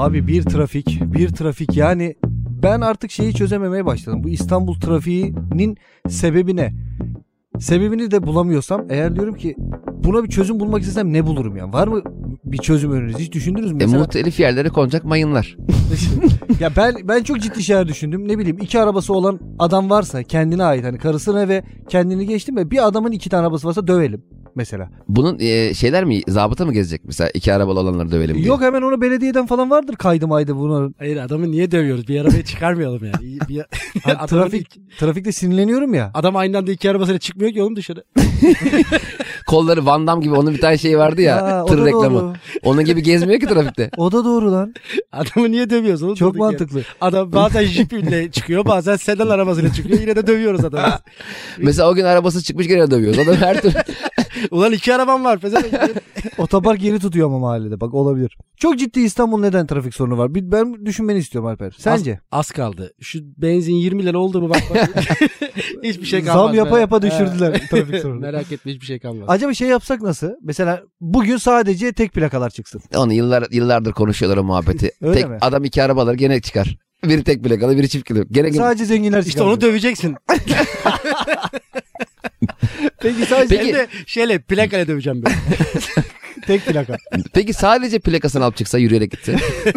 Abi bir trafik yani ben artık şeyi çözememeye başladım. Bu İstanbul trafiğinin sebebi ne? Sebebini de bulamıyorsam eğer diyorum ki buna bir çözüm bulmak istesem ne bulurum ya? Var mı bir çözüm önünüz? Hiç düşündünüz mü? Mesela... Muhtelif yerlere konacak mayınlar. Ya ben çok ciddi şeyler düşündüm. Ne bileyim 2 arabası olan adam varsa kendine ait hani karısına ve kendini geçtim ve bir adamın 2 tane arabası varsa dövelim mesela. Bunun şeyler mi, zabıta mı gezecek mesela 2 arabalı olanları dövelim diye? Yok hemen onu belediyeden falan vardır kaydı bunların. Hayır adamı niye dövüyoruz? Bir arabayı çıkarmayalım yani. Trafikte sinirleniyorum ya. Adam aynı anda 2 arabasıyla çıkmıyor ki oğlum dışarı. Kolları Van Damme gibi, onun bir tane şeyi vardı ya tır reklamı. Doğru. Onun gibi gezmiyor ki trafikte. O da doğru lan. Adamı niye dövüyoruz oğlum? Çok mantıklı. Yani. Adam bazen jiple çıkıyor, bazen sedan arabasıyla çıkıyor. Yine de dövüyoruz adamı. Mesela o gün arabası çıkmış gene dövüyoruz. Adam her türlü. Ulan 2 arabam var. Otopark yeri tutuyor ama mahallede. Bak olabilir. Çok ciddi İstanbul neden trafik sorunu var? Ben düşünmeni istiyorum Alper. Sence? Az kaldı. Şu benzin 20 lira oldu mu bak. Hiçbir şey kalmaz. Zam yapa düşürdüler trafik sorunu. Merak etme hiçbir şey kalmaz. Acaba şey yapsak nasıl? Mesela bugün sadece tek plakalar çıksın. Onu yıllardır konuşuyorlar o muhabbeti. Öyle mi? Adam 2 araba alır gene çıkar. Biri tek plakalı, biri çift plakalı. Sadece zenginler çıkar. İşte onu döveceksin. Peki sadece plakayla döveceğim ben. Tek plaka. Peki sadece plakasını alıp çıksa, yürüyerek gitse?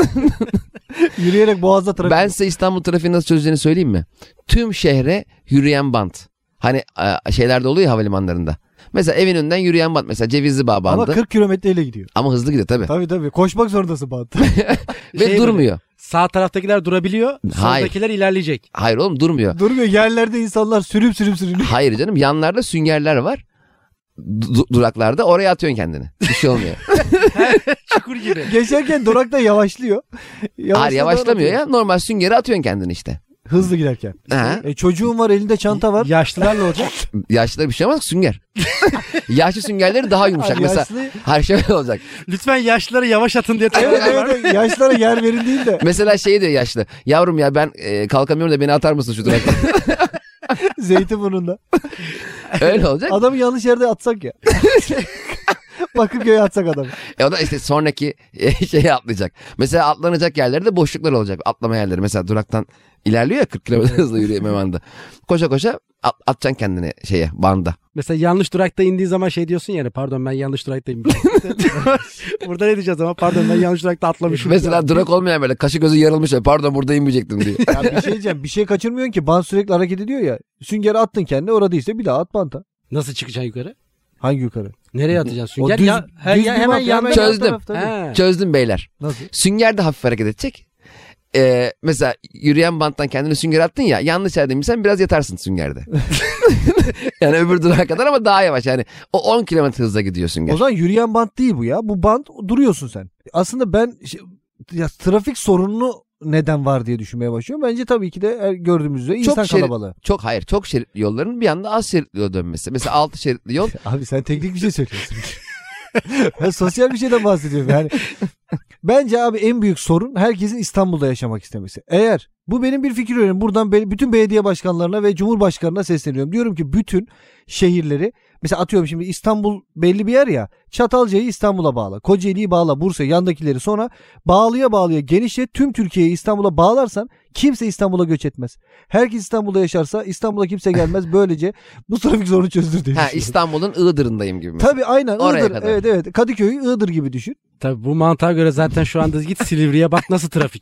Yürüyerek Boğaz'da trafik. Ben size İstanbul trafiği nasıl çözeceğini söyleyeyim mi? Tüm şehre yürüyen bant. Hani şeylerde oluyor ya, havalimanlarında. Mesela evin önünden yürüyen bant. Mesela Cevizli Bağ bandı. Ama 40 kilometreyle gidiyor. Ama hızlı gidiyor tabii. Tabii. Koşmak zorundasın bant. Ve durmuyor. Sağ taraftakiler durabiliyor. Soldakiler ilerleyecek. Hayır oğlum, durmuyor. Durmuyor. Yerlerde insanlar sürüp sürünüyor. Hayır canım, yanlarda süngerler var. Duraklarda oraya atıyorsun kendini. Bir şey olmuyor. Çukur gibi. Geçerken durakta yavaşlıyor. Hayır yavaşlamıyor ya. Normal süngeri atıyorsun kendini işte. Hızlı giderken. Çocuğun var, elinde çanta var. Yaşlılar ne olacak? Yaşlılar bir şey olmaz, sünger. Yaşlı süngerleri daha yumuşak. Mesela her şey olacak. Lütfen yaşlıları yavaş atın diye. Evet. Yaşlılara yer verin değil de. Mesela şey diyor yaşlı. Yavrum ya ben kalkamıyorum da beni atar mısın şu durakta? Zeytinburnu'nda. Öyle olacak. Adamı yanlış yerde atsak ya. Bakırköy'e atsak adamı. O da işte sonraki şeye atlayacak. Mesela atlanacak yerlerde boşluklar olacak. Atlama yerleri. Mesela duraktan ilerliyor ya, 40 km hızla yürüyemem anda. Koşa koşa atacaksın kendini banda. Mesela yanlış durakta indiğin zaman şey diyorsun yani, pardon ben yanlış duraktayım. Burada ne diyeceğiz ama, pardon ben yanlış durakta atlamışım. Mesela durak olmayan böyle kaşı gözü yarılmış ya, pardon burada inmeyecektim diye. Ya bir şey diyeceğim, bir şey kaçırmıyorsun ki, bant sürekli hareket ediyor ya. Süngeri attın kendine, orada ise bir daha at banta. Nasıl çıkacaksın yukarı? Hangi yukarı? Nereye atacaksın sünger? Hemen yanına. Çözdüm beyler. Nasıl? Sünger de hafif hareket edecek. Mesela yürüyen banttan kendini sünger attın ya, yanlış yerdeymişsen biraz yatarsın süngerde. Yani öbür durağa kadar ama daha yavaş, yani o 10 kilometre hızla gidiyor sünger. O zaman yürüyen bant değil bu ya, bu bant, duruyorsun sen. Aslında ben trafik sorununu neden var diye düşünmeye başlıyorum. Bence tabii ki de gördüğümüz üzere insan kalabalığı. Çok şeritli yolların bir anda az şeritli yol dönmesi. Mesela 6 şeritli yol. Abi sen teknik bir şey söylüyorsun. Ben sosyal bir şeyden bahsediyorum yani. Bence abi en büyük sorun herkesin İstanbul'da yaşamak istemesi. Eğer bu benim bir fikir önerim. Buradan bütün belediye başkanlarına ve cumhurbaşkanına sesleniyorum. Diyorum ki bütün şehirleri, mesela atıyorum şimdi İstanbul belli bir yer ya. Çatalca'yı İstanbul'a bağla. Kocaeli'yi bağla. Bursa'yı, yandakileri, sonra bağlıya genişlet. Tüm Türkiye'yi İstanbul'a bağlarsan kimse İstanbul'a göç etmez. Herkes İstanbul'da yaşarsa İstanbul'a kimse gelmez. Böylece bu trafik sorunu çözülür diye düşünüyorum. İstanbul'un Iğdır'ındayım gibi. Tabii aynen. Oraya Iğdır. kadar. Evet. Kadıköy'ü Iğdır gibi düşün. Tabii bu mantığa göre zaten şu anda git Silivri'ye bak nasıl trafik.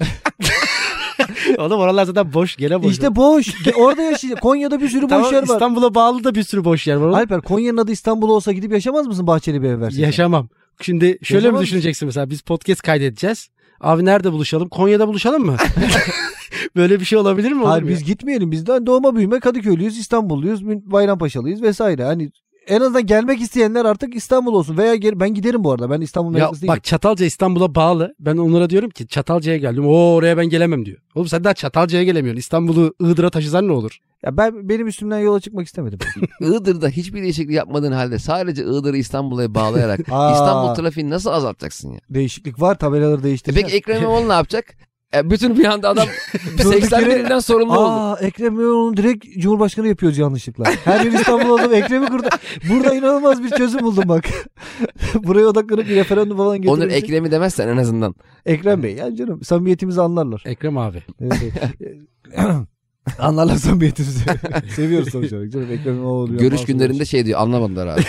Oğlum oralar zaten boş, gene boş. İşte boş. Orada yaşayacak. Konya'da bir sürü boş yer var. İstanbul'a bağlı da bir sürü boş yer var. Oğlum. Alper, Konya'nın adı İstanbul olsa gidip yaşamaz mısın, bahçeli bir ev versin? Yaşamam. Şimdi şöyle mi düşüneceksin mesela, biz podcast kaydedeceğiz. Abi nerede buluşalım? Konya'da buluşalım mı? Böyle bir şey olabilir mi? Hayır, biz gitmeyelim. Bizden doğma büyüme Kadıköylüyüz, İstanbulluyuz, Bayrampaşalıyız vesaire. Hani en azından gelmek isteyenler artık İstanbul olsun. Veya ben giderim bu arada. Ben İstanbul meraklısıyım. Ya bak, Çatalca İstanbul'a bağlı. Ben onlara diyorum ki Çatalca'ya geldim. Oraya ben gelemem diyor. Oğlum sen daha Çatalca'ya gelemiyorsun. İstanbul'u Iğdır'a taşısan ne olur? Ya benim üstümden yola çıkmak istemedim. Iğdır'da hiçbir değişiklik yapmadığın halde sadece Iğdır'ı İstanbul'a bağlayarak İstanbul trafiğini nasıl azaltacaksın ya? Değişiklik var, tabelaları değiştireceğiz. Peki Ekrem İmamoğlu ne yapacak? Bütün bir anda adam 81 ilden sorumlu oldu. Ekrem İmamoğlu'nu direkt Cumhurbaşkanı yapıyoruz yanlışlıkla. Her yer İstanbul oldu. Ekrem'i kurdu. Burada inanılmaz bir çözüm buldum bak. Buraya odaklanıp bir referandum falan Onur getirecek. Ekrem'i demezsen en azından. Ekrem Bey yani canım samimiyetimizi anlarlar. Ekrem abi. Evet. Anlarlar samimiyetimizi. Seviyoruz sonuç olarak canım. Ekrem İmamoğlu. Görüş günlerinde şey diyor, anlamadılar abi.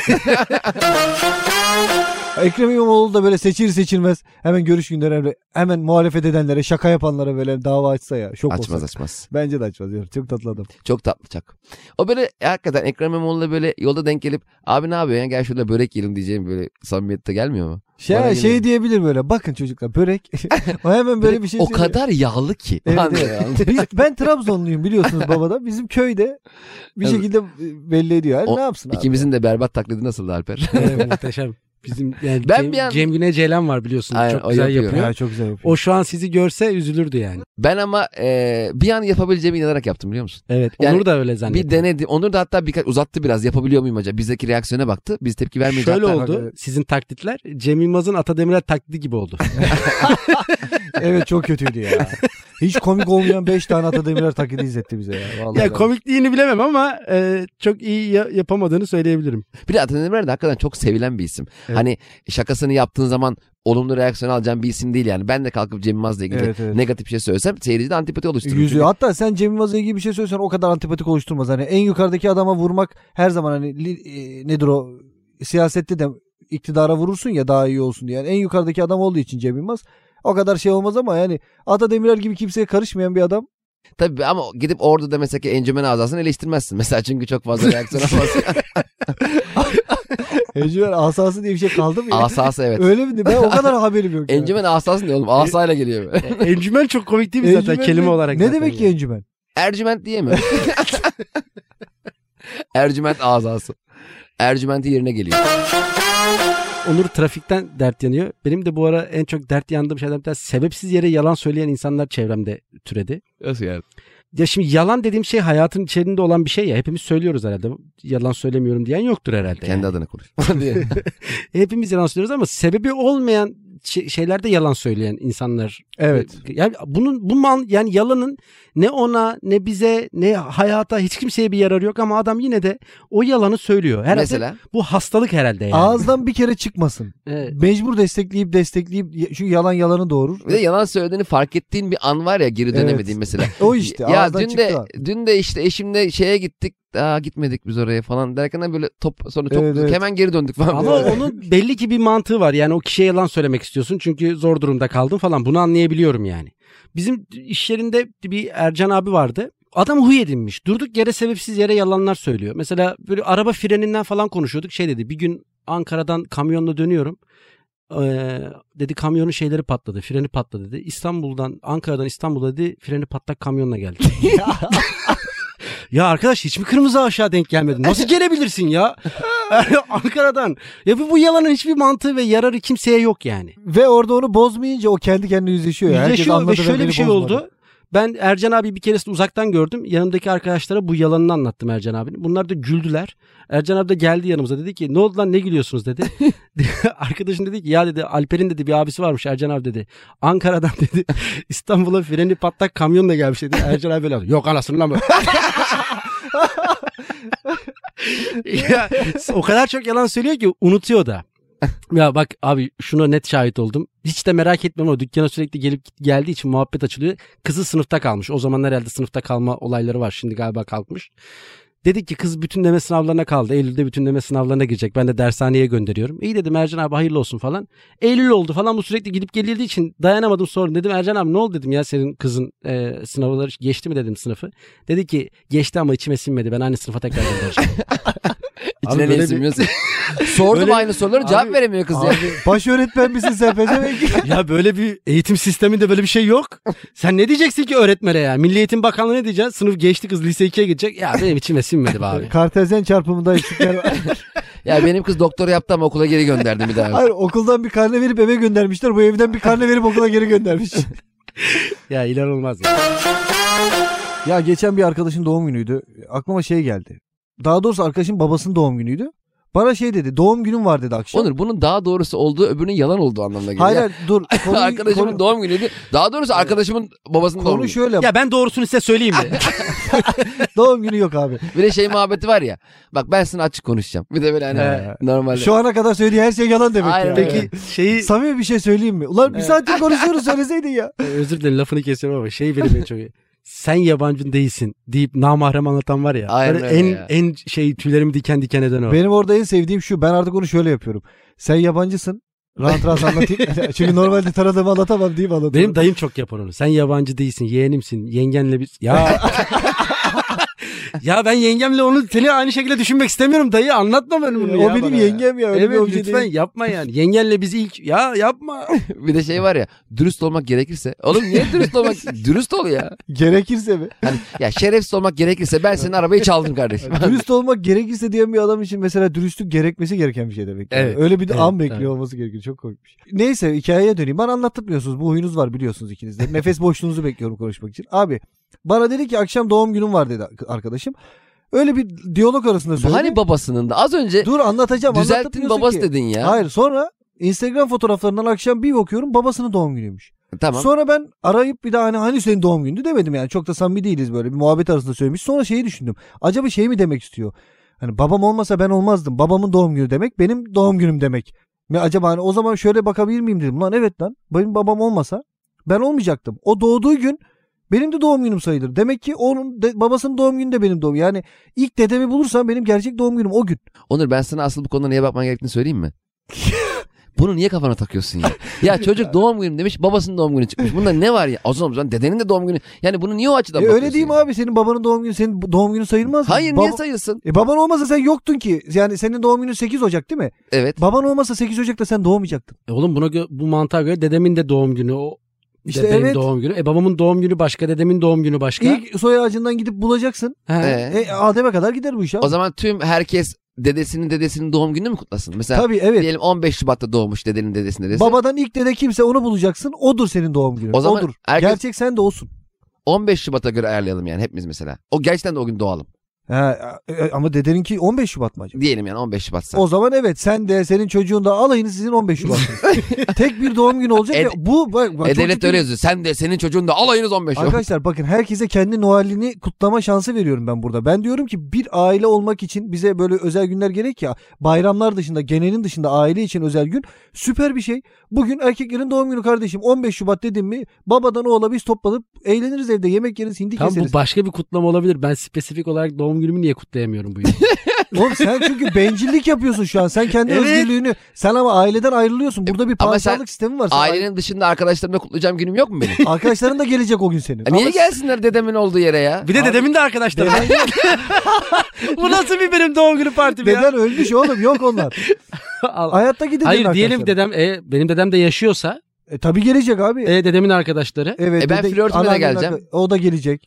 Ekrem İmamoğlu da böyle seçilir seçilmez hemen görüş günlerine hemen muhalefet edenlere, şaka yapanlara böyle dava açsa ya. Şok Açmaz olsa. açmaz. Bence de açmaz. Yani. Çok tatlı adam. Çok tatlı çak. O böyle hakikaten Ekrem İmamoğlu'na böyle yolda denk gelip abi ne yapıyorsun ya, gel şurada börek yiyelim diyeceğim böyle samimiyette gelmiyor mu? Şey diyebilir böyle, bakın çocuklar börek. O hemen böyle bir şey o söylüyor. kadar yağlı ki. Evet, Lan evet. Ben Trabzonluyum biliyorsunuz babada. Bizim köyde bir Evet. şekilde belli ediyor. Yani ne yapsın abi? İkimizin de berbat taklidi nasıldı Alper? Muhteşem. Bizim yani Ben bir an- Cem Güney Ceylan var biliyorsun. Aynen, çok o güzel yapıyor. yapıyor. Ya, çok güzel yapıyor. O şu an sizi görse üzülürdü yani. Ben ama bir an yapabileceğime inanarak yaptım biliyor musun? Evet. Yani Onur da öyle zannetti. Bir denedi. Onur da hatta uzattı biraz, yapabiliyor muyum acaba? Bizdeki reaksiyona baktı. Biz tepki vermeyince Şöyle hatta- oldu. Sizin taklitler Cem Yılmaz'ın Ata Demirer taklidi gibi oldu. Evet çok kötüydü ya. Hiç komik olmayan 5 tane Ata Demirer taklidi izletti bize ya. Vallahi ya komikliğini bilemem ama çok iyi yapamadığını söyleyebilirim. Bir de Ata Demirer de hakikaten çok sevilen bir isim. Evet. Hani şakasını yaptığın zaman olumlu reaksiyon alacağın bir isim değil yani. Ben de kalkıp Cem Yılmaz'la ilgili Evet. negatif bir şey söylesem seyircide antipati oluşturur. Yüzüyor. Çünkü Hatta sen Cem Yılmaz'la ilgili bir şey söylesen o kadar antipatik oluşturmaz. Hani en yukarıdaki adama vurmak her zaman hani nedir o, siyasette de iktidara vurursun ya daha iyi olsun diye. Yani en yukarıdaki adam olduğu için Cem Yılmaz o kadar şey olmaz ama yani Ata Demirer gibi kimseye karışmayan bir adam. Tabii ama gidip orada da mesela encümen azasını eleştirmezsin. Mesela çünkü çok fazla reaksiyon almaz. Encümen asası diye bir şey kaldı mı ya? Asası evet. Öyle mi? Ben o kadar haberim yok. ya. Encümen asası ne oğlum? Asayla geliyor. Encümen çok komik değil mi zaten Encümen kelime ne- olarak? Ne zaten demek ki yani. encümen? Ercüment diyemiyor. Ercüment azası. Ercümenti yerine geliyor. Onur trafikten dert yanıyor. Benim de bu ara en çok dert yandığım şeylerden bir tanesi sebepsiz yere yalan söyleyen insanlar çevremde türedi. Nasıl yani? Ya şimdi yalan dediğim şey hayatın içerisinde olan bir şey ya. Hepimiz söylüyoruz herhalde. Yalan söylemiyorum diyen yoktur herhalde. Kendi yani. adına konuş. diye. Hepimiz yalan söylüyoruz ama sebebi olmayan şeylerde yalan söyleyen insanlar. Evet. Yani yani yalanın ne ona ne bize ne hayata hiç kimseye bir yararı yok ama adam yine de o yalanı söylüyor. Herhalde Mesela? bu hastalık herhalde yani. Ağızdan bir kere çıkmasın. Evet. Mecbur destekleyip çünkü yalan yalanı doğurur. Bir de yalan söylediğini fark ettiğin bir an var ya, geri dönemediğin mesela. O işte Ya ağızdan dün de çıktı. dün de işte eşimle şeye gittik. Gitmedik biz oraya falan derken böyle sonra Evet. hemen geri döndük falan. Ama onun belli ki bir mantığı var. Yani o kişiye yalan söylemek istiyorsun çünkü zor durumda kaldın falan. Bunu anlayabiliyorum yani. Bizim iş yerinde bir Ercan abi vardı. Adam huy edinmiş. Durduk yere sebepsiz yere yalanlar söylüyor. Mesela böyle araba freninden falan konuşuyorduk. Şey dedi, bir gün Ankara'dan kamyonla dönüyorum. Dedi kamyonun şeyleri patladı. Freni patladı dedi. Ankara'dan İstanbul'a dedi freni patlak kamyonla geldi. Ya arkadaş hiç mi kırmızı aşağı denk gelmedin? Nasıl gelebilirsin ya? Ankara'dan. Ya bu yalanın hiçbir mantığı ve yararı kimseye yok yani. Ve orada onu bozmayınca o kendi kendine yüzleşiyor. ya. Herkes Yüzleşiyor ve anladı şöyle beni bir şey bozmadı. oldu. Ben Ercan abi bir keresinde uzaktan gördüm. Yanımdaki arkadaşlara bu yalanını anlattım Ercan abinin. Bunlar da güldüler. Ercan abi de geldi yanımıza, dedi ki ne oldu lan, ne gülüyorsunuz dedi. Arkadaşım dedi ki ya dedi Alper'in dedi bir abisi varmış Ercan abi dedi. Ankara'dan dedi İstanbul'a freni patlak kamyonla gelmiş dedi. Ercan abi böyle yok anasını lan bu. Ya, o kadar çok yalan söylüyor ki unutuyor da. Ya bak abi şuna net şahit oldum. Hiç de merak etmem ama dükkana sürekli geldiği için muhabbet açılıyor. Kızı sınıfta kalmış. O zamanlar herhalde sınıfta kalma olayları var. Şimdi galiba kalkmış. Dedik ki kız bütünleme sınavlarına kaldı. Eylül'de bütünleme sınavlarına girecek. Ben de dershaneye gönderiyorum. İyi dedim Ercan abi hayırlı olsun falan. Eylül oldu falan, bu sürekli gidip geldiği için dayanamadım, sordum. Dedim Ercan abi ne oldu dedim ya, senin kızın sınavları geçti mi dedim sınıfı. Dedi ki geçti ama içime sinmedi, ben aynı sınıfa tekrar göndereceğim. İçine Abi böyle ne sinmiyorsun? Sordum Böyle- aynı soruları, cevap Abi- veremiyor kız ya. Abi, baş öğretmen misin sen pezevenk? Ya böyle bir eğitim sisteminde böyle bir şey yok. Sen ne diyeceksin ki öğretmene ya? Milli Eğitim Bakanlığı ne diyeceksin? Sınıf geçti, kız lise 2'ye gidecek. Ya benim içime sinmedi be abi. Kartezyen çarpımında eksikler var. Ya benim kız doktora yaptı ama okula geri gönderdim bir daha. Hayır, okuldan bir karne verip eve göndermişler. Bu evden bir karne verip okula geri göndermiş. Ya inanılmaz ya. Ya geçen bir arkadaşın doğum günüydü. Aklıma şey geldi. Daha doğrusu arkadaşın babasının doğum günüydü. Bana şey dedi, doğum günüm var dedi akşam. Onur bunun daha doğrusu olduğu öbürünün yalan olduğu anlamına geliyor. Hayır dur. Arkadaşımın doğum günüydü. Daha doğrusu arkadaşımın babasının doğum Konu günü. şöyle. Ya ben doğrusunu size söyleyeyim mi? Doğum günü yok abi. Bir de şey muhabbeti var ya. Bak ben sana açık konuşacağım. Bir de böyle hani normalde. Şu ana kadar söylediği her şey yalan demek Aynen. ya. Peki şeyi Samimi bir şey söyleyeyim mi? Ulan bir saattir konuşuyoruz, söyleseydin ya. özür dilerim lafını kesiyorum ama şey benim en çok sen yabancı değilsin deyip namahrem anlatan var ya. Aynen Böyle öyle ya. en şey tüylerimi diken diken eden o. Benim orada en sevdiğim şu. Ben artık onu şöyle yapıyorum. Sen yabancısın. Rahat rahat anlatayım. Çünkü normalde tanıdığımı anlatamam deyip anlatıyorum. Benim dayım çok yapar onu. Sen yabancı değilsin, yeğenimsin, yengenle biz. Ya ya ben yengemle onu seni aynı şekilde düşünmek istemiyorum dayı. Anlatma benim bunu ya. O benim bana yengem ya. Öyle bir Evet obje lütfen değil. yapma yani. Yengenle biz ilk ya yapma. Bir de şey var ya. Dürüst olmak gerekirse. Oğlum niye dürüst olmak? Dürüst ol ya. Gerekirse mi? Hani ya şerefsiz olmak gerekirse ben senin arabayı çaldım kardeşim. Dürüst olmak gerekirse diyen bir adam için mesela dürüstlük gerekmesi gereken bir şey demek. Yani. Evet. Öyle bir Evet, an bekliyor evet. olması gerekiyor. Çok komikmiş. Neyse hikayeye döneyim. Bana anlattırmıyorsunuz. Bu huyunuz var biliyorsunuz ikiniz de. Nefes boşluğunuzu bekliyorum konuşmak için. Abi bana dedi ki akşam doğum günüm var dedi arkadaşım. Öyle bir diyalog arasında söyledi. Hani babasının da az önce Dur anlatacağım. düzelttin anlatırmıyorsun babası ki. dedin ya. Hayır sonra Instagram fotoğraflarından akşam bir bakıyorum babasının doğum günüymüş. Tamam. Sonra ben arayıp bir daha hani senin doğum günü demedim yani. Çok da samimi değiliz böyle bir muhabbet arasında söylemiş. Sonra şeyi düşündüm. Acaba şey mi demek istiyor? Hani babam olmasa ben olmazdım. Babamın doğum günü demek benim doğum günüm demek. Mi acaba hani o zaman şöyle bakabilir miyim dedim. Lan evet lan benim babam olmasa ben olmayacaktım. O doğduğu gün benim de doğum günüm sayılır. Demek ki onun babasının doğum günü de benim doğum. Yani ilk dedemi bulursam benim gerçek doğum günüm o gün. Onur ben sana asıl bu konuda neye bakman gerektiğini söyleyeyim mi? Bunu niye kafana takıyorsun ya? Ya çocuk doğum günü demiş, babasının doğum günü çıkmış. Bunda ne var ya? O zaman dedenin de doğum günü. Yani bunu niye o açıdan bakıyorsun? Öyle değil mi abi? Senin babanın doğum günü senin doğum günün sayılmaz mı? Hayır niye sayılsın? Baban olmasa sen yoktun ki. Yani senin doğum günün 8 Ocak değil mi? Evet. Baban olmasa 8 Ocak'ta sen doğmayacaktın. Oğlum bu mantığa göre dedemin de doğum günü o. İşte Dedemin evet. doğum günü. Babamın doğum günü başka, dedemin doğum günü başka. İlk soy ağacından gidip bulacaksın. He. Adem'e kadar gider bu iş abi. O zaman tüm herkes dedesinin doğum gününü mü kutlasın? Mesela Tabii evet. diyelim 15 Şubat'ta doğmuş dedenin dedesinin dedesi. Babadan ilk dede kimse onu bulacaksın. Odur senin doğum günün. O zaman Odur. herkes- Gerçek sen de olsun. 15 Şubat'a göre ayarlayalım yani hepimiz mesela. O gerçekten de o gün doğalım. Ama dedeninki 15 Şubat mı acaba? Diyelim yani 15 Şubat'sa. O zaman evet sen de senin çocuğun da alayınız sizin 15 Şubat'ınız. Tek bir doğum günü olacak ve bu bak çok Devlet ciddi- öyle yazıyor. Sen de senin çocuğun da alayınız 15 Şubat. Arkadaşlar bakın herkese kendi Noel'ini kutlama şansı veriyorum ben burada. Ben diyorum ki bir aile olmak için bize böyle özel günler gerek ya. Bayramlar dışında, genelin dışında aile için özel gün süper bir şey. Bugün erkeklerin doğum günü kardeşim. 15 Şubat dedim mi babadan oğula biz toplanıp eğleniriz evde. Yemek yeriz, hindi Tamam keseriz. bu başka bir kutlama olabilir. Ben spesifik olarak doğum günümü niye kutlayamıyorum bu yıl? Oğlum sen çünkü bencillik yapıyorsun şu an. Sen kendi Evet. özgürlüğünü, sen ama aileden ayrılıyorsun. Burada bir Ama padişahlık sistemi var. Sen Ailenin dışında arkadaşlarımla kutlayacağım günüm yok mu benim? arkadaşların da gelecek o gün senin. Niye Ama gelsinler dedemin olduğu yere ya? Bir de dedemin de arkadaşları. Bu nasıl bir benim doğum günü partim ya? deden ölmüş oğlum yok onlar. Hayatta gidelim Hayır diyelim dedem benim dedem de yaşıyorsa tabii gelecek abi. dedemin arkadaşları. Evet. ben flörtüme de anneannenin geleceğim. O da gelecek.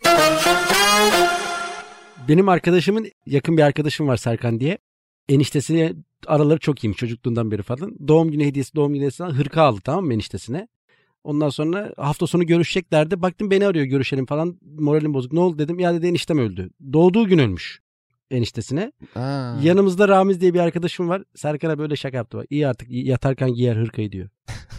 Benim arkadaşımın yakın bir arkadaşım var Serkan diye. Eniştesine araları çok iyiymiş çocukluğundan beri falan. Doğum günü hediyesi hırka aldı tamam mı eniştesine. Ondan sonra hafta sonu görüşeceklerdi. Baktım beni arıyor görüşelim falan. Moralim bozuk. Ne oldu dedim. Ya dedi eniştem öldü. Doğduğu gün ölmüş eniştesine. Aa. Yanımızda Ramiz diye bir arkadaşım var. Serkan'a böyle şaka yaptı. Bak, İyi artık yatarken giyer hırkayı diyor.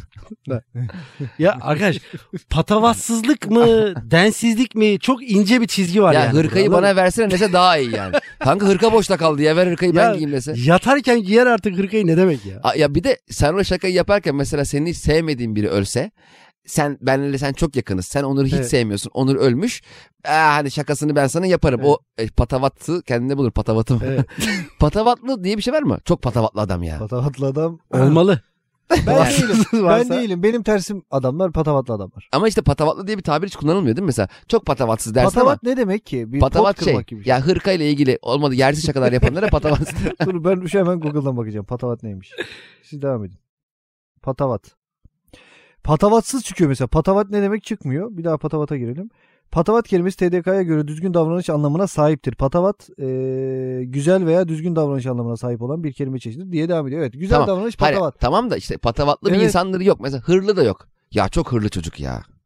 Ya arkadaş patavatsızlık mı densizlik mi çok ince bir çizgi var Ya yani. hırkayı Anladın bana mı? versene dese daha iyi yani. Kanka hırka boşta kaldı ya ver hırkayı ben Ya, giyeyim dese. Yatarken giyer artık hırkayı ne demek ya? Ya bir de sen o şakayı yaparken mesela senin hiç sevmediğin biri ölse benle sen çok yakınız. Sen Onur'u hiç Evet. sevmiyorsun. Onur ölmüş. Hani şakasını ben sana yaparım. Evet. O patavatı kendine bulur. Patavatım. Evet. Patavatlı diye bir şey var mı? Çok patavatlı adam ya. Patavatlı adam. Olmalı. Ben değilim. Ben Varsa- değilim. Benim tersim adamlar patavatlı adamlar. Ama işte patavatlı diye bir tabir hiç kullanılmıyor değil mi mesela? Çok patavatsız dersin Patavat ne demek ki? Bir ama patavat pot şey. kırmak gibi bir şey. Ya hırka ile ilgili olmadı yersiz şakalar yapanlara patavat. Dur ben şu hemen Google'dan bakacağım. Patavat neymiş? Siz devam edin. Patavat. Patavatsız çıkıyor mesela. Patavat ne demek çıkmıyor. Bir daha patavata girelim. Patavat kelimesi TDK'ya göre düzgün davranış anlamına sahiptir. Patavat güzel veya düzgün davranış anlamına sahip olan bir kelime çeşididir diye devam ediyor. Evet güzel Tamam. davranış Hayır, patavat. tamam da işte patavatlı bir Evet. insanları yok. Mesela hırlı da yok. Ya çok hırlı çocuk ya.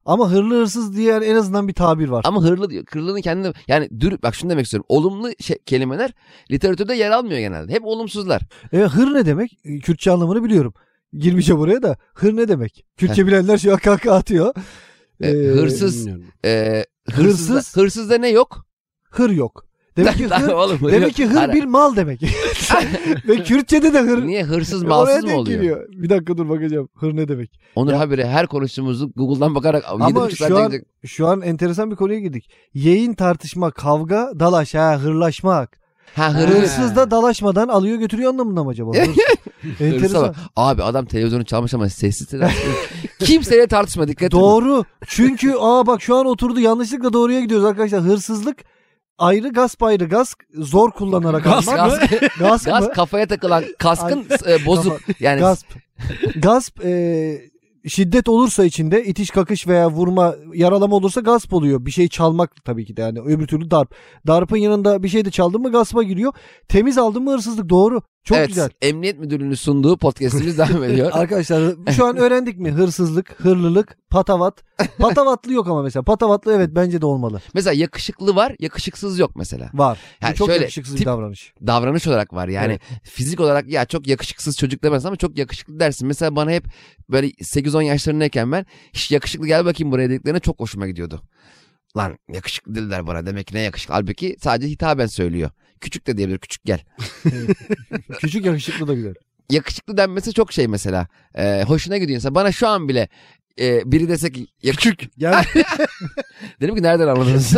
Ama hırlı hırsız diye en azından bir tabir var. Ama hırlı diyor. Hırlının kendine yani bak şunu demek istiyorum. Olumlu kelimeler literatürde yer almıyor genelde. Hep olumsuzlar. Hır ne demek? Kürtçe anlamını biliyorum. Girmeyeceğim oraya da. Hır ne demek? Kürtçe bilenler şu an kahkaha atıyor. Hırsız. Hırsız. Hırsızda ne yok? Hır yok. Demek ki hır, Oğlum, demek ki hır bir mal demek. Ve Kürtçe'de de hır. Niye hırsız Oraya malsız mı denk oluyor? geliyor. Bir dakika dur bakacağım. Hır ne demek? Onur Ya- habire her konuştuğumuzu Google'dan bakarak Ama 7,5 saat çekecek. şu an enteresan bir konuya girdik. Yayın, tartışma, kavga, dalaş, hırlaşmak. Ha Hırsız da dalaşmadan alıyor götürüyor anlamında mı acaba? Hırsa Enteresan. bak. Abi adam televizyonu çalmış ama sessiz. Kimseyle tartışma, dikkat edin. Doğru. Çünkü bak şu an oturdu, yanlışlıkla doğruya gidiyoruz arkadaşlar. Hırsızlık ayrı, gasp ayrı. Gasp zor kullanarak Gasp almak. Gaz, Gasp gaz mı? kafaya takılan kaskın bozuk. Yani Gasp. Gasp şiddet olursa içinde itiş kakış veya vurma, yaralama olursa gasp oluyor. Bir şey çalmak tabii ki de, yani öbür türlü darp. Darpın yanında bir şey de çaldın mı gaspa giriyor. Temiz aldın mı hırsızlık, doğru. Çok evet, güzel. Emniyet Müdürlüğü'nün sunduğu podcast'imiz devam ediyor. Arkadaşlar şu an öğrendik mi? Hırsızlık, hırlılık, patavat. Patavatlı yok ama mesela. Patavatlı evet bence de olmalı. Mesela yakışıklı var, yakışıksız yok mesela. Var. Bu Yani çok şöyle, yakışıksız bir tip- davranış. Davranış olarak var yani. Fizik olarak ya çok yakışıksız çocuk demezsin ama çok yakışıklı dersin. Mesela bana hep böyle 8-10 yaşlarındayken ben hiç yakışıklı gel bakayım buraya dediklerine çok hoşuma gidiyordu. Lan yakışıklı dediler bana, demek ki ne yakışıklı. Halbuki sadece hitaben söylüyor. Küçük de diyebilir, küçük gel. Küçük yakışıklı da güzel. Yakışıklı denmesi çok şey mesela. Hoşuna gidiyor insan. Bana şu an bile biri dese ki yakışıklı. Gel. Dedim ki nereden anladınız?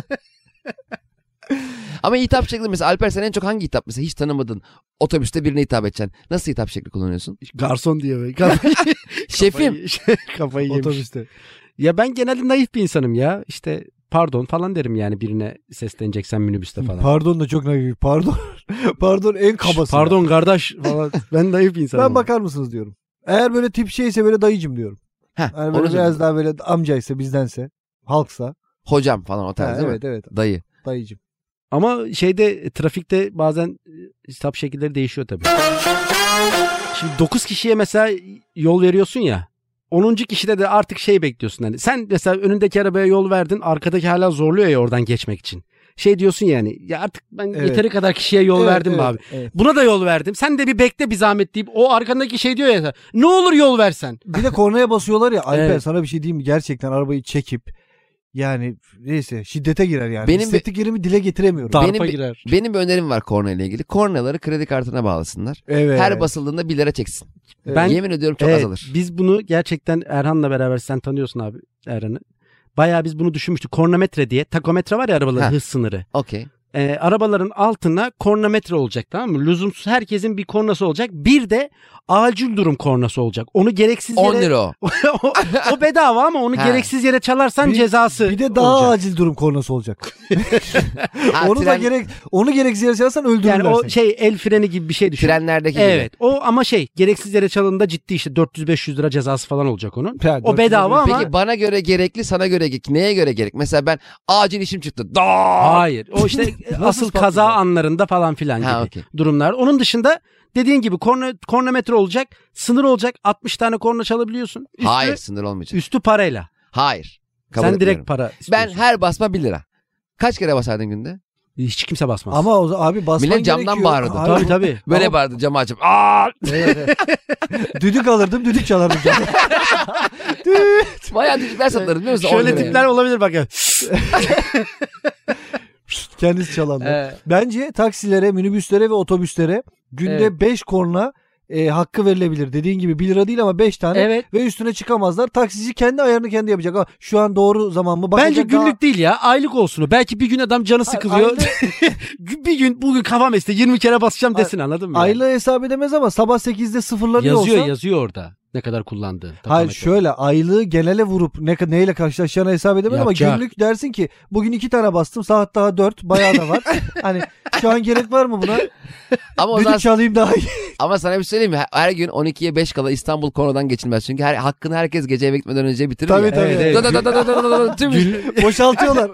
Ama hitap şekli mesela Alper, sen en çok hangi hitap, mesela hiç tanımadın otobüste birine hitap edeceksin. Nasıl hitap şekli kullanıyorsun? Garson diyor böyle. Şefim. Kafayı yemiş. Otobüste. Ya ben genelde naif bir insanım ya. İşte pardon falan derim yani birine sesleneceksen minibüste falan. Pardon da çok naif. Pardon. Pardon en kabası. Pardon kardeş falan. Ben naif bir insanım. Ben bakar mısınız diyorum. Eğer böyle tip şeyse böyle dayıcım diyorum. Heh, Yani onu böyle biraz söyleyeyim. daha böyle amcaysa, bizdense, halksa. Hocam falan o tarz değil Evet mi? evet, Dayı. dayıcım. Ama şeyde trafikte bazen hitap şekilleri değişiyor tabii. Şimdi 9 kişiye mesela yol veriyorsun ya. 10. kişide de artık şey bekliyorsun. Hani sen mesela önündeki arabaya yol verdin. Arkadaki hala zorluyor ya oradan geçmek için. Şey diyorsun yani ya artık ben Evet. yeteri kadar kişiye yol Evet, verdim evet, abi. evet. Buna da yol verdim. Sen de bir bekle bir zahmet deyip o arkandaki şey diyor ya ne olur yol versen. Bir de kornaya basıyorlar ya. Alper Evet. sana bir şey diyeyim mi? Gerçekten arabayı çekip yani neyse şiddete girer yani. Benim Hissettiklerimi dile getiremiyorum. Darpa bir- girer. Benim bir önerim var korna ile ilgili. Kornaları kredi kartına bağlasınlar. Evet. Her basıldığında 1 lira çeksin. Ben Yemin ediyorum çok evet, azalır. biz bunu gerçekten Erhan'la beraber, sen tanıyorsun abi Erhan'ı. Bayağı biz bunu düşünmüştük. Kornametre diye. Takometre var ya arabaların Ha. hız sınırı. Okey. Arabaların altına kornametre olacak, tamam mı? Lüzumsuz herkesin bir kornası olacak. Bir de acil durum kornası olacak. Onu gereksiz 10 yere... lira o. o bedava ama onu Ha. gereksiz yere çalarsan cezası Bir de daha olacak. acil durum kornası olacak. Ha, onu da tren- onu gereksiz yere çalarsan öldürürler Yani o seni. şey el freni gibi bir şey düşün. Trenlerdeki gibi. Evet. O ama şey gereksiz yere çalındığında ciddi işte 400-500 lira cezası falan olacak onun. Ya, O bedava ama Peki bana göre gerekli, sana göre neye göre gerek? Mesela ben acil işim çıktı. Daa! hayır. O işte asıl ispatlayacak? kaza anlarında falan filan gibi Ha, okey. durumlar. Onun dışında dediğin gibi kornametre olacak, sınır olacak. 60 tane korna çalabiliyorsun. Hayır, sınır olmayacak. Üstü parayla. Hayır. Kabul Sen etmiyorum. direkt para Ben istiyorsun. her basma 1 lira. Kaç kere basardın günde? Hiç kimse basmaz. Ama abi basman Millet camdan gerekiyor. bağırırdı. Abi, Tabii tabii. Böyle Ama- bağırdı camı açıp. Aa! Evet, evet. Düdük alırdım, düdük çalardım. Bayağı düdükler satılır biliyor musun? 10 Şöyle liraya. tipler olabilir bak ya. Kendisi çalanlar. Bence taksilere, minibüslere ve otobüslere günde 5 korna hakkı verilebilir. Dediğin gibi 1 lira değil ama 5 tane Evet. ve üstüne çıkamazlar. Taksici kendi ayarını kendi yapacak. Ha, şu an doğru zaman mı? Bakacak Bence günlük daha- değil ya. Aylık olsun o. Belki bir gün adam canı sıkılıyor. Bir gün bugün kafam esti 20 kere basacağım desin, anladın mı? Aylığı hesap edemez ama sabah 8'de sıfırlanıyor yazıyor olsa. yazıyor orada. Ne kadar kullandığın. Hayır takometre. şöyle aylığı genele vurup neyle karşılaşacağını hesap edemez ama Yapacak. günlük dersin ki bugün 2 tane bastım, saat daha 4, bayağı da var. Hani şu an gerek var mı buna? Ama o zaman, Düdük çalayım daha iyi. ama sana bir söyleyeyim mi? Her gün 12'ye 5 kala İstanbul konudan geçilmez. Çünkü hakkını herkes gece eve gitmeden önce bitirir Tabii, ya. tabii. Evet, evet. Da da da da da da da, tüm iş. Boşaltıyorlar.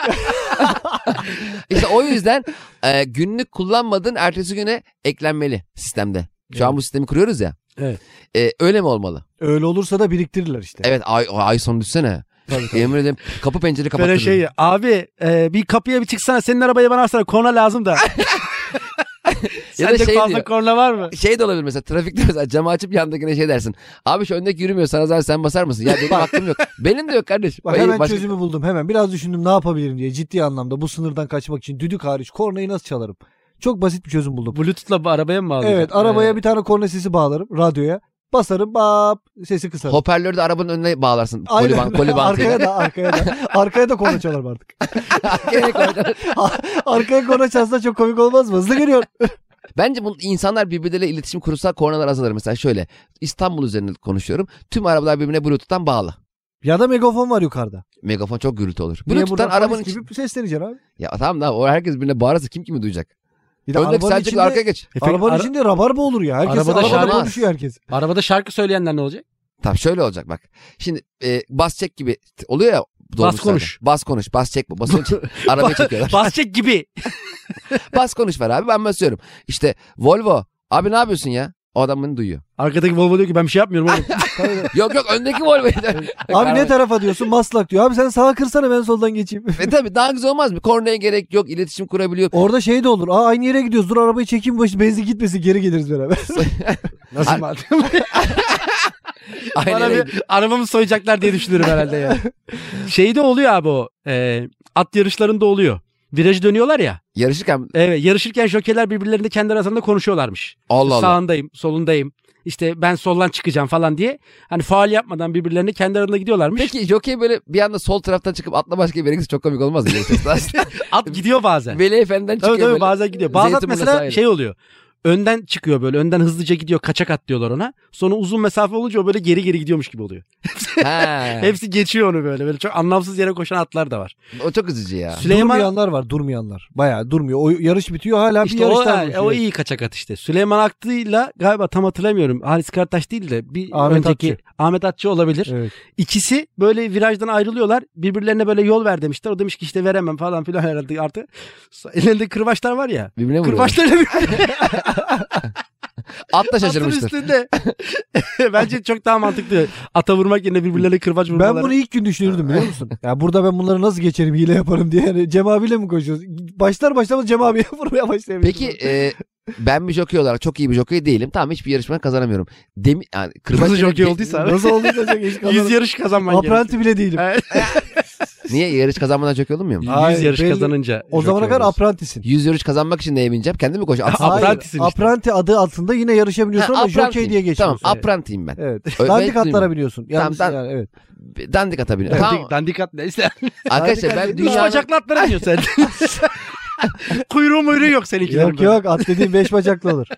İşte o yüzden günlük kullanmadığın ertesi güne eklenmeli sistemde. Şu an bu sistemi kuruyoruz ya. Evet. Öyle mi olmalı? Öyle olursa da biriktirirler işte. Evet, ay sonu düşsene. Tabii. Yemin ederim kapı pencere Böyle kapattırdım. şey abi bir kapıya bir çıksana senin arabayı bana alsana korna lazım da. Ya da Sende şey fazla diyor. korna var mı? Şey de olabilir mesela trafikte mesela camı açıp yandakine şey dersin. Abi şu öndeki yürümüyor sana zaten sen basar mısın? Ya benim hakkım yok. Benim de yok kardeşim. Bak hemen çözümü buldum hemen. Biraz düşündüm ne yapabilirim diye ciddi anlamda bu sınırdan kaçmak için düdük hariç kornayı nasıl çalarım? Çok basit bir çözüm buldum. Bluetooth'la bu arabaya mı bağlıyorsun? Evet arabaya bir tane korna sesi bağlarım radyoya. Basarım bap sesi kısarım. Hoparlörü de arabanın önüne bağlarsın. Aynen. Kolibantıyla. Arkaya da korna çalarım artık. Arkaya koyarlar. Arkaya korna çalsa çok komik olmaz mı? Hızlı geliyor. Bence bu insanlar birbirleriyle iletişim kurursa kornalar azalır. Mesela şöyle İstanbul üzerinde konuşuyorum. Tüm arabalar birbirine Bluetooth'tan bağlı. Ya da megafon var yukarıda. Megafon çok gürültü olur. Niye Bluetooth'tan buradan arabanın polis gibi sesleneceksin abi. Ya tamam da o herkes birbirine bağırırsa kim kimi duyacak? Bir de Öndeki arabanın Selçuk'la içinde, arkaya geç. arabanın içinde rabarba olur ya. Herkes Arabada arabada şarkı- konuşuyor herkes. Arabada şarkı söyleyenler ne olacak? Tamam şöyle olacak bak. Şimdi bas çek gibi oluyor ya. dolmuşlarda. konuş. Bas konuş. Bas çek. Basın arabayı çekiyorlar. Basçek gibi. Bas konuş var abi ben basıyorum. İşte Volvo. Abi ne yapıyorsun ya? O adam beni duyuyor. Arkadaki Volvo diyor ki ben bir şey yapmıyorum oğlum. Yok öndeki Volvo'yu da. Abi ne tarafa diyorsun? Maslak diyor. Abi sen sağa kırsana ben soldan geçeyim. Tabii daha güzel olmaz mı? Kornaya gerek yok. İletişim kurabiliyor. Orada şey de olur. Aynı yere gidiyoruz. Dur arabayı çekeyim başı benzin gitmesin geri geliriz beraber. Nasıl madem? Bana Aynen. bir arabamı soyacaklar diye düşünürüm herhalde ya. Şeyde oluyor abi o. At yarışlarında oluyor. Virajı dönüyorlar ya. Yarışırken Evet yarışırken jockeyler birbirlerinde kendi arasında konuşuyorlarmış. Allah Allah. Sağındayım, solundayım. İşte ben soldan çıkacağım falan diye. Hani faal yapmadan birbirlerine kendi aralarında gidiyorlarmış. Peki jockey böyle bir anda sol taraftan çıkıp atla başka bir yere gitse çok komik olmaz mı? At gidiyor bazen. Veli Efendi'den çıkıyor Tabii böyle. bazen gidiyor. Bazı at Zeytinburnu mesela sahili. şey oluyor. Önden çıkıyor böyle. Önden hızlıca gidiyor. Kaçak at diyorlar ona. Sonra uzun mesafe olunca o böyle geri geri gidiyormuş gibi oluyor. Ha. Hepsi geçiyor onu böyle. Böyle çok anlamsız yere koşan atlar da var. O çok üzücü ya. Süleyman Durmayanlar var durmayanlar. Bayağı durmuyor. O yarış bitiyor hala bir işte yarışlar o geçiyor. iyi kaçak at işte. Süleyman Aktı'yla galiba tam hatırlamıyorum. Halis Karataş değil de bir Ahmet önceki Atçı. Ahmet Atçı olabilir. Evet. İkisi böyle virajdan ayrılıyorlar. Birbirlerine böyle yol ver demişler. O demiş ki işte veremem falan filan herhalde artık. Ellerinde kırbaçlar var ya. Birbirine vuruyor. Kırbaçlarla At da atın şaşırmıştır. üstünde. Bence çok daha mantıklı. Ata vurmak yerine birbirlerine kırbaç vurmaları. Ben bunu ilk gün düşünürdüm biliyor musun? Ya burada ben bunları nasıl geçerim hile yaparım diye. Yani Cem abiyle mi koşuyoruz? Başlamaz Cem abiye vurmaya başlayabilirim. Peki ben bir jockey olarak çok iyi bir jockey değilim. Tamam hiçbir yarışma kazanamıyorum. Yani Nasıl jockey olduysa abi. Nasıl olduysa çok iş 100 kazanırım. yarış kazanman gerekiyor. Apranti bile değilim. Evet. Niye yarış kazanmadan jockey olmuyor mu? 100 Hayır, yarış belli. kazanınca. O zamana jockey kadar oluyorsun. aprantisin. 100 yarış kazanmak için neye bineceğim? Kendim mi koşacağım? Hayır. Aprantisin işte. Apranti adı altında yine yarışabiliyorsun ama jockey diye geçiyorsun. Tamam aprantiyim ben. Evet. Öyle Dandik duymuyorum. atlara biniyorsun. Yalnız Tamam, yani evet. Dandik ata biniyorum. Tamam. Dandik at neyse. Arkadaşlar Dandik ben at- Üç dünyanın... bacaklı atlara biniyor sen. Kuyruğu muyruğu yok seninki. Yok at dediğin 5 bacaklı olur.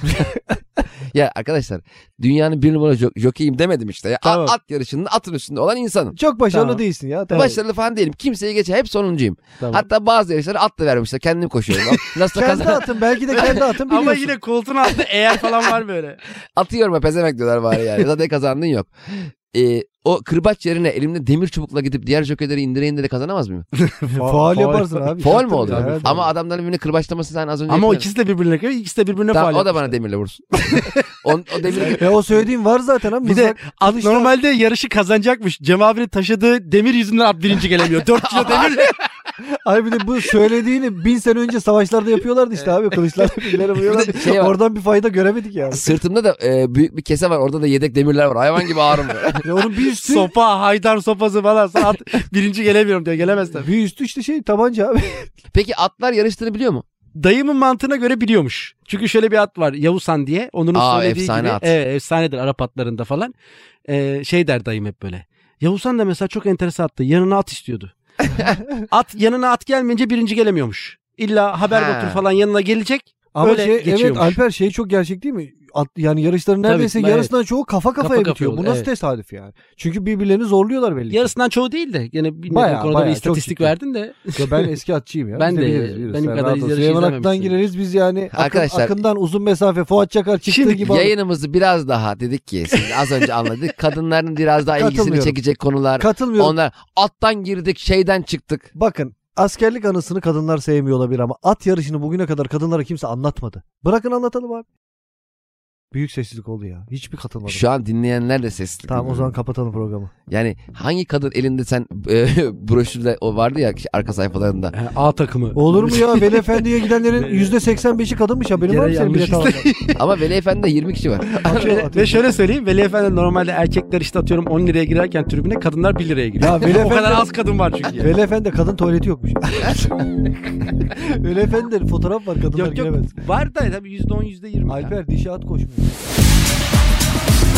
Ya arkadaşlar dünyanın bir numara jockeyim demedim işte. Ya. Tamam. At yarışının atın üstünde olan insanım. Çok başarılı Tamam. değilsin ya. Tamam. Başarılı falan değilim. Kimseyi geçer. Hep sonuncuyum. Tamam. Hatta bazı yarışları at da vermişler. Kendim koşuyorum. Nasıl Kendi kazan... atın belki de kendi atın biliyorsun. Ama yine koltuğun altında eğer falan var böyle. Atıyorum pezemek diyorlar bari yani. Zaten kazandığın yok. O kırbaç yerine elimde demir çubukla gidip diğer jokeyleri indire indire kazanamaz mıyım? Faal yaparsın abi. Faul Tabii, mu oldu? tabii, evet. Ama adamların birbirine kırbaçlaması sen az önce Ama o yapıyordun. ikisi de birbirine kırıyor. İkisi de birbirine Tamam, faal o da bana yapmışlar. demirle vursun. o demir... O söylediğim var zaten ama. Bir de mızrak, at kılıçlar- normalde yarışı kazanacakmış. Cem abinin taşıdığı demir yüzünden at birinci gelemiyor. 4 kilo demirle. Ay bir de bu söylediğini 1000 sene önce savaşlarda yapıyorlardı işte abi. Kılıçlarla birileri vuruyorlar. Bir de şey var. Oradan bir fayda göremedik yani. Sırtımda da büyük bir kese var. Orada da yedek demirler var. Hayvan gibi ağrım var. Ya onun bir üstü. Sopa, haydar sopası falan. Sonra at birinci gelemiyorum diyor. Gelemez tabii. Bir üstü işte şey tabanca abi. Peki atlar yarıştığını biliyor mu? Dayımın mantığına göre biliyormuş. Çünkü şöyle bir at var. Yavuzhan diye. Onur'un söylediği efsane gibi. at. Evet, efsanedir Arap atlarında falan. Şey der dayım hep böyle. Yavuzhan da mesela çok enteresan attı. Yanına at istiyordu. Yanına at gelmeyince birinci gelemiyormuş. İlla haber Ha. götür falan yanına gelecek. Ama öyle evet geçiyormuş. Alper şey çok gerçek değil mi? Yani yarışların neredeyse Tabii, yarısından çoğu kafa kafaya Kafa bitiyor. Bu oluyor, nasıl evet. tesadüf yani? Çünkü birbirlerini zorluyorlar belli ki. Yarısından çoğu değil de. Gene bilmediğim Bayağı, konuda bayağı, bir çok istatistik ciddi. verdin de. Ya ben eski atçıyım ya. Ben Biz de, biliriz. benim Sen kadar rahat ol. yarışı Süleyman Ak'tan izlememişsin. gireriz biz yani. Arkadaşlar- Akından uzun mesafe Fuat Çakar çıktığı Şimdi gibi. Yayınımızı biraz daha dedik ki siz az önce anladık. Kadınların biraz daha ilgisini Katılmıyorum. çekecek konular. Katılmıyorum. Onlar attan girdik şeyden çıktık. Bakın askerlik anısını kadınlar sevmiyor olabilir ama at yarışını bugüne kadar kadınlara kimse anlatmadı. Bırakın anlatalım abi. Büyük sessizlik oldu ya. Hiçbir katılmadım. Şu an dinleyenler de sesli. Tamam o zaman kapatalım programı. Yani hangi kadın elinde sen broşürde o vardı ya arka sayfalarında. A takımı. Olur mu ya? Veli Efendi'ye gidenlerin %85'i kadınmış. Haberin var mı senin bilet alanlar? Ama Veli Efendi'de 20 kişi var. Ve şöyle söyleyeyim. Veli Efendi normalde erkekler işte atıyorum 10 liraya girerken tribüne, kadınlar 1 liraya giriyor. Ya Veli O kadar Efendi- az kadın var çünkü. Yani. Veli Efendi kadın tuvaleti yokmuş. Veli Efendi'nin fotoğraf var, kadınlar Yok giremez. var da tabii %10 %20. Alper dişi at koşmuyor.